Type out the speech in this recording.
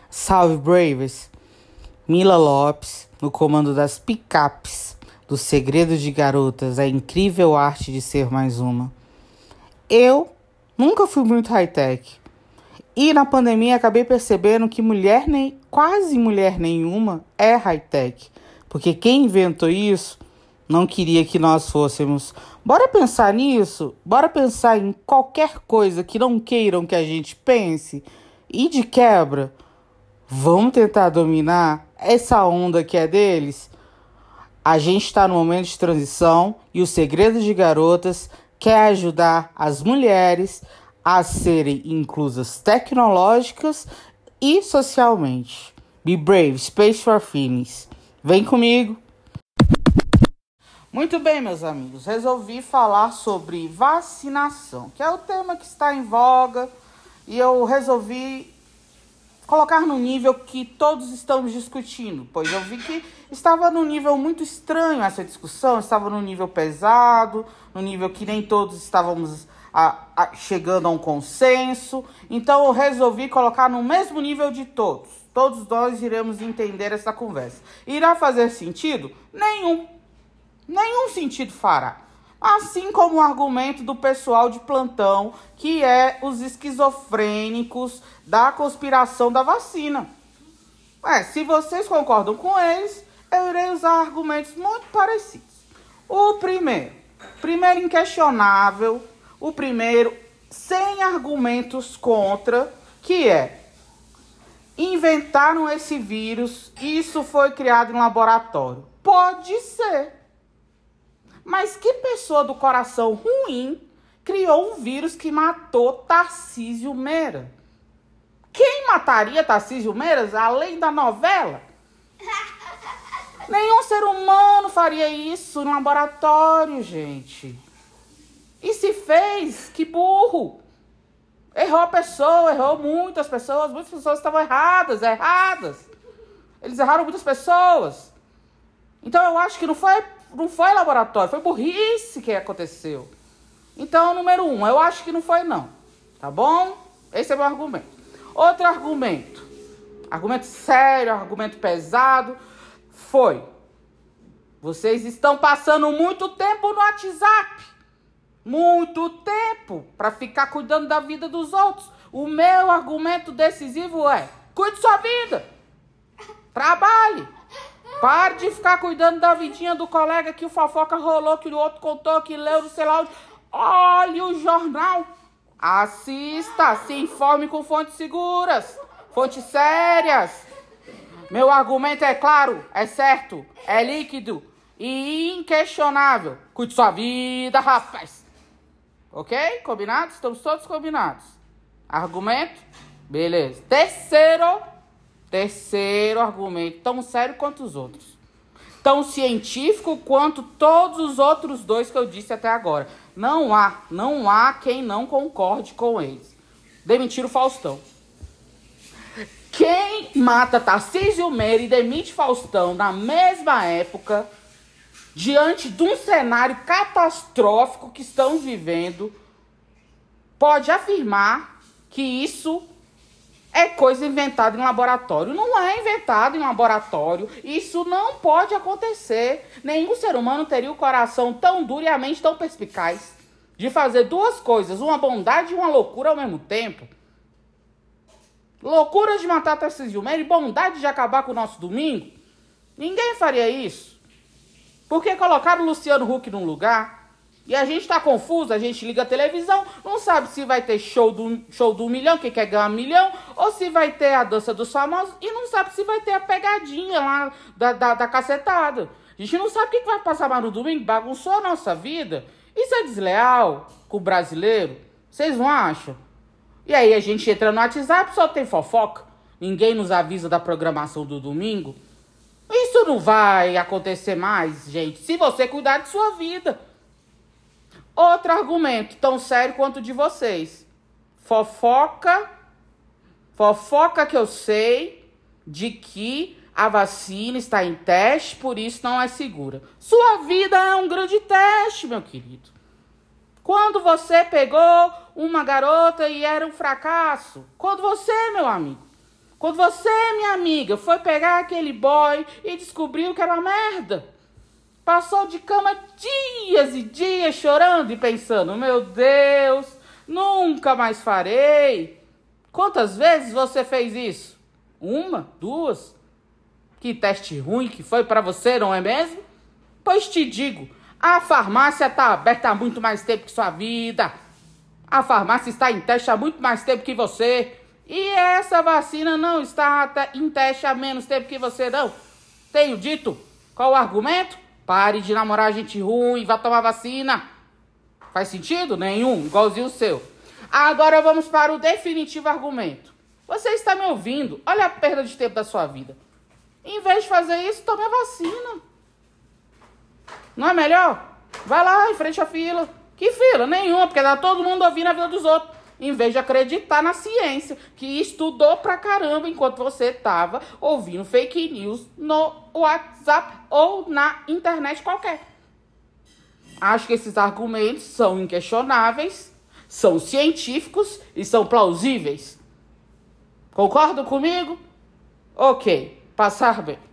Salve Bravers! Mila Lopes, no comando das picapes, do Segredo de Garotas, a incrível arte de ser mais uma. Eu nunca fui muito high-tech. E na pandemia acabei percebendo que quase mulher nenhuma é high-tech. Porque quem inventou isso não queria que nós fôssemos. Bora pensar nisso? Bora pensar em qualquer coisa que não queiram que a gente pense? E de quebra, vamos tentar dominar essa onda que é deles? A gente está no momento de transição e o Segredo de Garotas quer ajudar as mulheres a serem inclusas tecnológicas e socialmente. Be brave, space for feelings. Vem comigo! Muito bem, meus amigos, resolvi falar sobre vacinação, que é o tema que está em voga, e eu resolvi colocar no nível que todos estamos discutindo, pois eu vi que estava num nível muito estranho essa discussão, estava num nível pesado, num nível que nem todos estávamos chegando a um consenso, então eu resolvi colocar no mesmo nível de todos. Todos nós iremos entender essa conversa. Irá fazer sentido? Nenhum sentido fará. Assim como o argumento do pessoal de plantão, que é os esquizofrênicos da conspiração da vacina. Se vocês concordam com eles, eu irei usar argumentos muito parecidos. O primeiro inquestionável, o primeiro sem argumentos contra, que é: inventaram esse vírus, isso foi criado em laboratório. Pode ser. Mas que pessoa do coração ruim criou um vírus que matou Tarcísio Meira? Quem mataria Tarcísio Meira além da novela? Nenhum ser humano faria isso em laboratório, gente. E se fez, que burro. Errou a pessoa, errou muitas pessoas estavam erradas. Eles erraram muitas pessoas. Então eu acho que não foi laboratório, foi burrice que aconteceu. Então, número 1, eu acho que não foi não, tá bom? Esse é o meu argumento. Outro argumento sério, argumento pesado, foi: vocês estão passando muito tempo no WhatsApp, muito tempo, para ficar cuidando da vida dos outros. O meu argumento decisivo é: cuide sua vida, trabalhe. Pare de ficar cuidando da vidinha do colega que o fofoca rolou, que o outro contou, que leu, não sei lá onde. Olhe o jornal. Assista, se informe com fontes seguras, fontes sérias. Meu argumento é claro, é certo, é líquido e inquestionável. Cuide sua vida, rapaz. Ok? Combinados? Estamos todos combinados. Argumento? Beleza. Terceiro argumento, tão sério quanto os outros. Tão científico quanto todos os outros dois que eu disse até agora. Não há quem não concorde com eles. Demitir o Faustão. Quem mata Tarcísio Meira e demite Faustão na mesma época, diante de um cenário catastrófico que estamos vivendo, pode afirmar que isso é coisa inventada em laboratório. Não é inventado em laboratório. Isso não pode acontecer. Nenhum ser humano teria o coração tão duro e a mente tão perspicaz de fazer duas coisas, uma bondade e uma loucura ao mesmo tempo. Loucura de matar Tarcísio Meira e bondade de acabar com o nosso domingo. Ninguém faria isso. Porque colocaram o Luciano Huck num lugar e a gente tá confuso, a gente liga a televisão, não sabe se vai ter show do milhão, quem quer ganhar 1 milhão, ou se vai ter a dança dos famosos, e não sabe se vai ter a pegadinha lá da cacetada. A gente não sabe o que vai passar mais no domingo, bagunçou a nossa vida. Isso é desleal com o brasileiro? Vocês não acham? E aí a gente entra no WhatsApp, só tem fofoca, ninguém nos avisa da programação do domingo. Isso não vai acontecer mais, gente, se você cuidar de sua vida. Outro argumento, tão sério quanto o de vocês. Fofoca que eu sei de que a vacina está em teste, por isso não é segura. Sua vida é um grande teste, meu querido. Quando você pegou uma garota e era um fracasso? Quando você, meu amigo, Quando você, minha amiga, foi pegar aquele boy e descobriu que era uma merda. Passou de cama dias e dias chorando e pensando, meu Deus, nunca mais farei. Quantas vezes você fez isso? Uma? Duas? Que teste ruim que foi pra você, não é mesmo? Pois te digo, a farmácia tá aberta há muito mais tempo que sua vida. A farmácia está em teste há muito mais tempo que você. E essa vacina não está em teste há menos tempo que você, não. Tenho dito. Qual o argumento? Pare de namorar gente ruim, vá tomar vacina. Faz sentido? Nenhum, igualzinho o seu. Agora vamos para o definitivo argumento. Você está me ouvindo? Olha a perda de tempo da sua vida. Em vez de fazer isso, tome a vacina. Não é melhor? Vai lá, em frente à fila. Que fila? Nenhuma, porque tá todo mundo ouvindo a vida dos outros. Em vez de acreditar na ciência, que estudou pra caramba enquanto você tava ouvindo fake news no WhatsApp ou na internet qualquer. Acho que esses argumentos são inquestionáveis, são científicos e são plausíveis. Concordam comigo? Ok, passar bem.